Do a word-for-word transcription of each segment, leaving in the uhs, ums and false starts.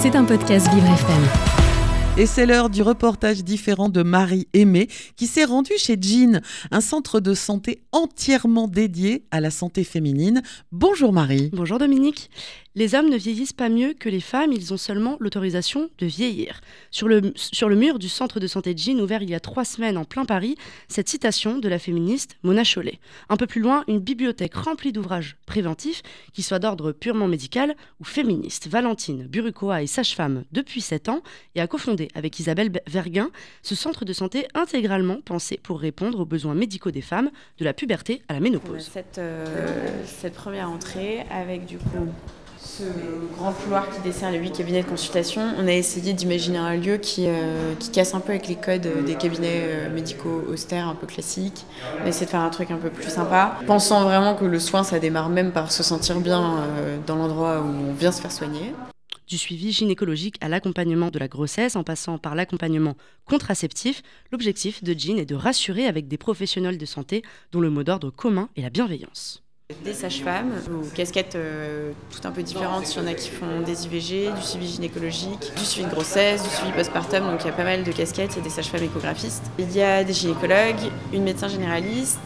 C'est un podcast Vivre F M. Et c'est l'heure du reportage différent de Marie Aimée qui s'est rendue chez Jean, un centre de santé entièrement dédié à la santé féminine. Bonjour Marie. Bonjour Dominique. Les hommes ne vieillissent pas mieux que les femmes, ils ont seulement l'autorisation de vieillir. Sur le, sur le mur du centre de santé Jean, ouvert il y a trois semaines en plein Paris, cette citation de la féministe Mona Chollet. Un peu plus loin, une bibliothèque remplie d'ouvrages préventifs, qui soient d'ordre purement médical ou féministe. Valentine Burucoa est sage-femme depuis sept ans et a cofondé avec Isabelle Verguin ce centre de santé intégralement pensé pour répondre aux besoins médicaux des femmes de la puberté à la ménopause. On a cette, euh, cette première entrée avec du coup ce grand couloir qui dessert les huit cabinets de consultation. On a essayé d'imaginer un lieu qui, euh, qui casse un peu avec les codes des cabinets euh, médicaux austères, un peu classiques. On a essayé de faire un truc un peu plus sympa, pensant vraiment que le soin, ça démarre même par se sentir bien euh, dans l'endroit où on vient se faire soigner. Du suivi gynécologique à l'accompagnement de la grossesse, en passant par l'accompagnement contraceptif, l'objectif de Jean est de rassurer avec des professionnels de santé dont le mot d'ordre commun est la bienveillance. Des sages-femmes, aux casquettes euh, toutes un peu différentes. Il y en a qui font des I V G, du suivi gynécologique, du suivi de grossesse, du suivi postpartum. Donc il y a pas mal de casquettes. Il y a des sages-femmes échographistes. Il y a des gynécologues, une médecin généraliste,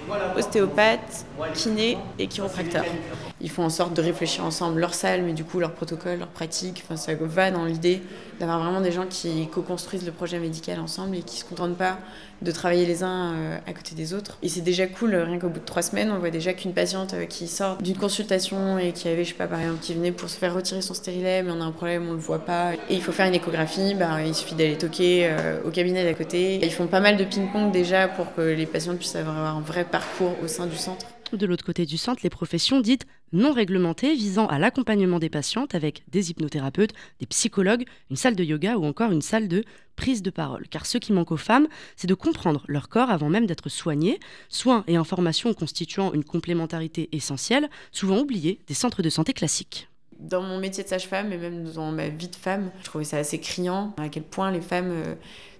ostéopathe, kiné et chiropracteur. Ils font en sorte de réfléchir ensemble leur salle, mais du coup leur protocole, leur pratique. Enfin, ça va dans l'idée d'avoir vraiment des gens qui co-construisent le projet médical ensemble et qui ne se contentent pas de travailler les uns euh, à côté des autres. Et c'est déjà cool, rien qu'au bout de trois semaines, on voit déjà qu'une patiente euh, qui sort d'une consultation et qui avait, je sais pas, par exemple, qui venait pour se faire retirer son stérilet, mais on a un problème, on le voit pas, et il faut faire une échographie, bah, il suffit d'aller toquer euh, au cabinet d'à côté. Ils font pas mal de ping-pong déjà pour que les patientes puissent avoir un vrai parcours au sein du centre. De l'autre côté du centre, les professions dites non réglementées visant à l'accompagnement des patientes avec des hypnothérapeutes, des psychologues, une salle de yoga ou encore une salle de prise de parole. Car ce qui manque aux femmes, c'est de comprendre leur corps avant même d'être soignées, soins et informations constituant une complémentarité essentielle, souvent oubliée des centres de santé classiques. Dans mon métier de sage-femme et même dans ma vie de femme, je trouvais ça assez criant à quel point les femmes euh,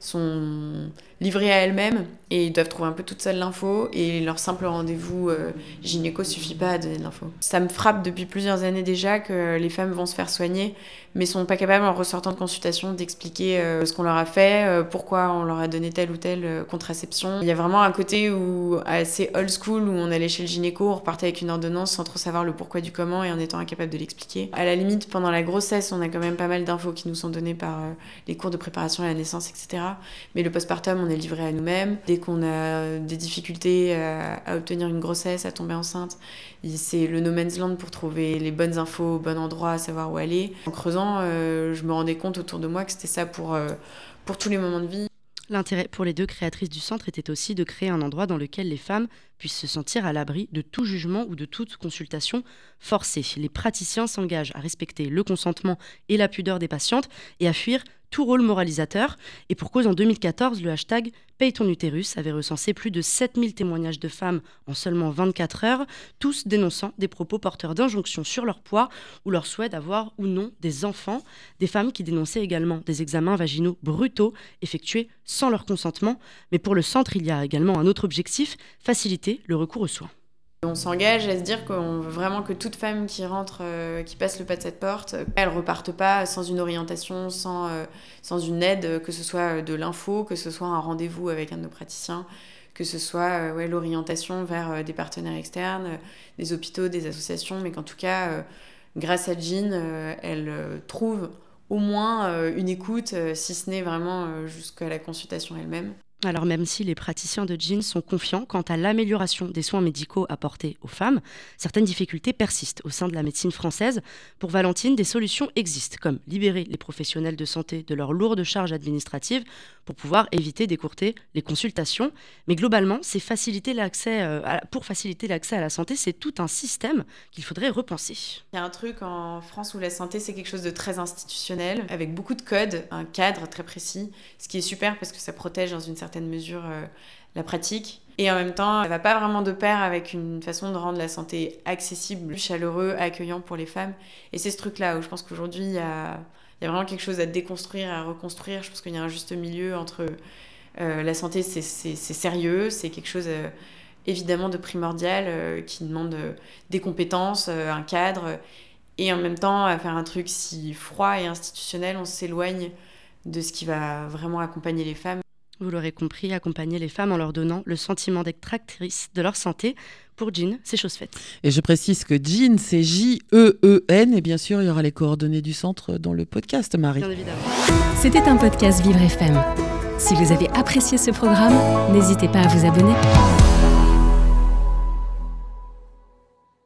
sont livrées à elles-mêmes et doivent trouver un peu toute seules l'info et leur simple rendez-vous euh, gynéco suffit pas à donner de l'info. Ça me frappe depuis plusieurs années déjà que les femmes vont se faire soigner mais sont pas capables en ressortant de consultation d'expliquer euh, ce qu'on leur a fait, euh, pourquoi on leur a donné telle ou telle euh, contraception. Il y a vraiment un côté où assez old school où on allait chez le gynéco, on repartait avec une ordonnance sans trop savoir le pourquoi du comment et en étant incapable de l'expliquer. À la limite, pendant la grossesse, on a quand même pas mal d'infos qui nous sont données par euh, les cours de préparation à la naissance, et cetera. Mais le postpartum, on est livré à nous-mêmes. Dès qu'on a des difficultés à, à obtenir une grossesse, à tomber enceinte, c'est le no man's land pour trouver les bonnes infos au bon endroit, savoir où aller. En creusant, euh, je me rendais compte autour de moi que c'était ça pour, euh, pour tous les moments de vie. L'intérêt pour les deux créatrices du centre était aussi de créer un endroit dans lequel les femmes puissent se sentir à l'abri de tout jugement ou de toute consultation forcée. Les praticiens s'engagent à respecter le consentement et la pudeur des patientes et à fuir tout rôle moralisateur. Et pour cause, en deux mille quatorze, le hashtag Paye ton utérus avait recensé plus de sept mille témoignages de femmes en seulement vingt-quatre heures, tous dénonçant des propos porteurs d'injonctions sur leur poids ou leur souhait d'avoir ou non des enfants. Des femmes qui dénonçaient également des examens vaginaux brutaux effectués sans leur consentement. Mais pour le centre, il y a également un autre objectif, faciliter le recours aux soins. On s'engage à se dire qu'on veut vraiment que toute femme qui rentre, euh, qui passe le pas de cette porte, elle reparte pas sans une orientation, sans, euh, sans une aide, que ce soit de l'info, que ce soit un rendez-vous avec un de nos praticiens, que ce soit euh, ouais, l'orientation vers euh, des partenaires externes, euh, des hôpitaux, des associations, mais qu'en tout cas, euh, grâce à Jean, euh, elle euh, trouve au moins euh, une écoute, euh, si ce n'est vraiment euh, jusqu'à la consultation elle-même. Alors même si les praticiens de Jean sont confiants quant à l'amélioration des soins médicaux apportés aux femmes, certaines difficultés persistent au sein de la médecine française. Pour Valentine, des solutions existent, comme libérer les professionnels de santé de leurs lourdes charges administratives pour pouvoir éviter d'écourter les consultations. Mais globalement, c'est faciliter l'accès, euh, à, pour faciliter l'accès à la santé, c'est tout un système qu'il faudrait repenser. Il y a un truc en France où la santé, c'est quelque chose de très institutionnel, avec beaucoup de codes, un cadre très précis, ce qui est super parce que ça protège dans une certaine certaine mesure euh, la pratique. Et en même temps, ça va pas vraiment de pair avec une façon de rendre la santé accessible, chaleureux, accueillant pour les femmes. Et c'est ce truc-là où je pense qu'aujourd'hui, il y a, il y a vraiment quelque chose à déconstruire, à reconstruire. Je pense qu'il y a un juste milieu entre euh, la santé, c'est, c'est, c'est sérieux, c'est quelque chose euh, évidemment de primordial, euh, qui demande euh, des compétences, euh, un cadre. Et en même temps, à faire un truc si froid et institutionnel, on s'éloigne de ce qui va vraiment accompagner les femmes. Vous l'aurez compris, accompagner les femmes en leur donnant le sentiment d'être actrices de leur santé. Pour Jean, c'est chose faite. Et je précise que Jean, c'est J E E N. Et bien sûr, il y aura les coordonnées du centre dans le podcast, Marie. Bien évidemment. C'était un podcast Vivre F M. Si vous avez apprécié ce programme, n'hésitez pas à vous abonner.